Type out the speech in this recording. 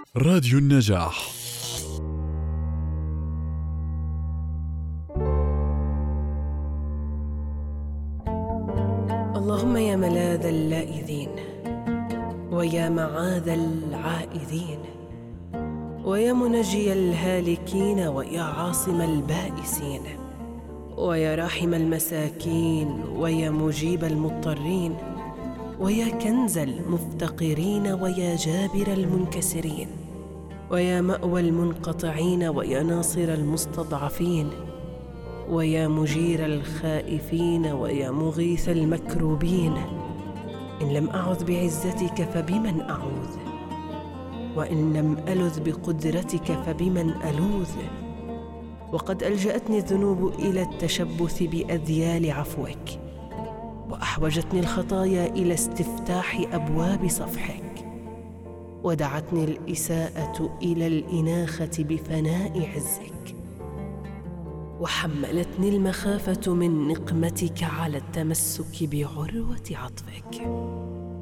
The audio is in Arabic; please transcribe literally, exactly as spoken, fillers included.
راديو النجاح. اللهم يا ملاذ اللائذين، ويا معاذ العائذين، ويا منجي الهالكين، ويا عاصم البائسين، ويا راحم المساكين، ويا مجيب المضطرين، ويا كنز المفتقرين، ويا جابر المنكسرين، ويا مأوى المنقطعين، ويا ناصر المستضعفين، ويا مجير الخائفين، ويا مغيث المكروبين. إن لم أعذ بعزتك فبمن أعوذ، وإن لم ألذ بقدرتك فبمن ألوذ. وقد ألجأتني الذنوب إلى التشبث بأذيال عفوك، وأحوجتني الخطايا إلى استفتاح أبواب صفحك، ودعتني الإساءة إلى الإناخة بفناء عزك، وحملتني المخافة من نقمتك على التمسك بعروة عطفك.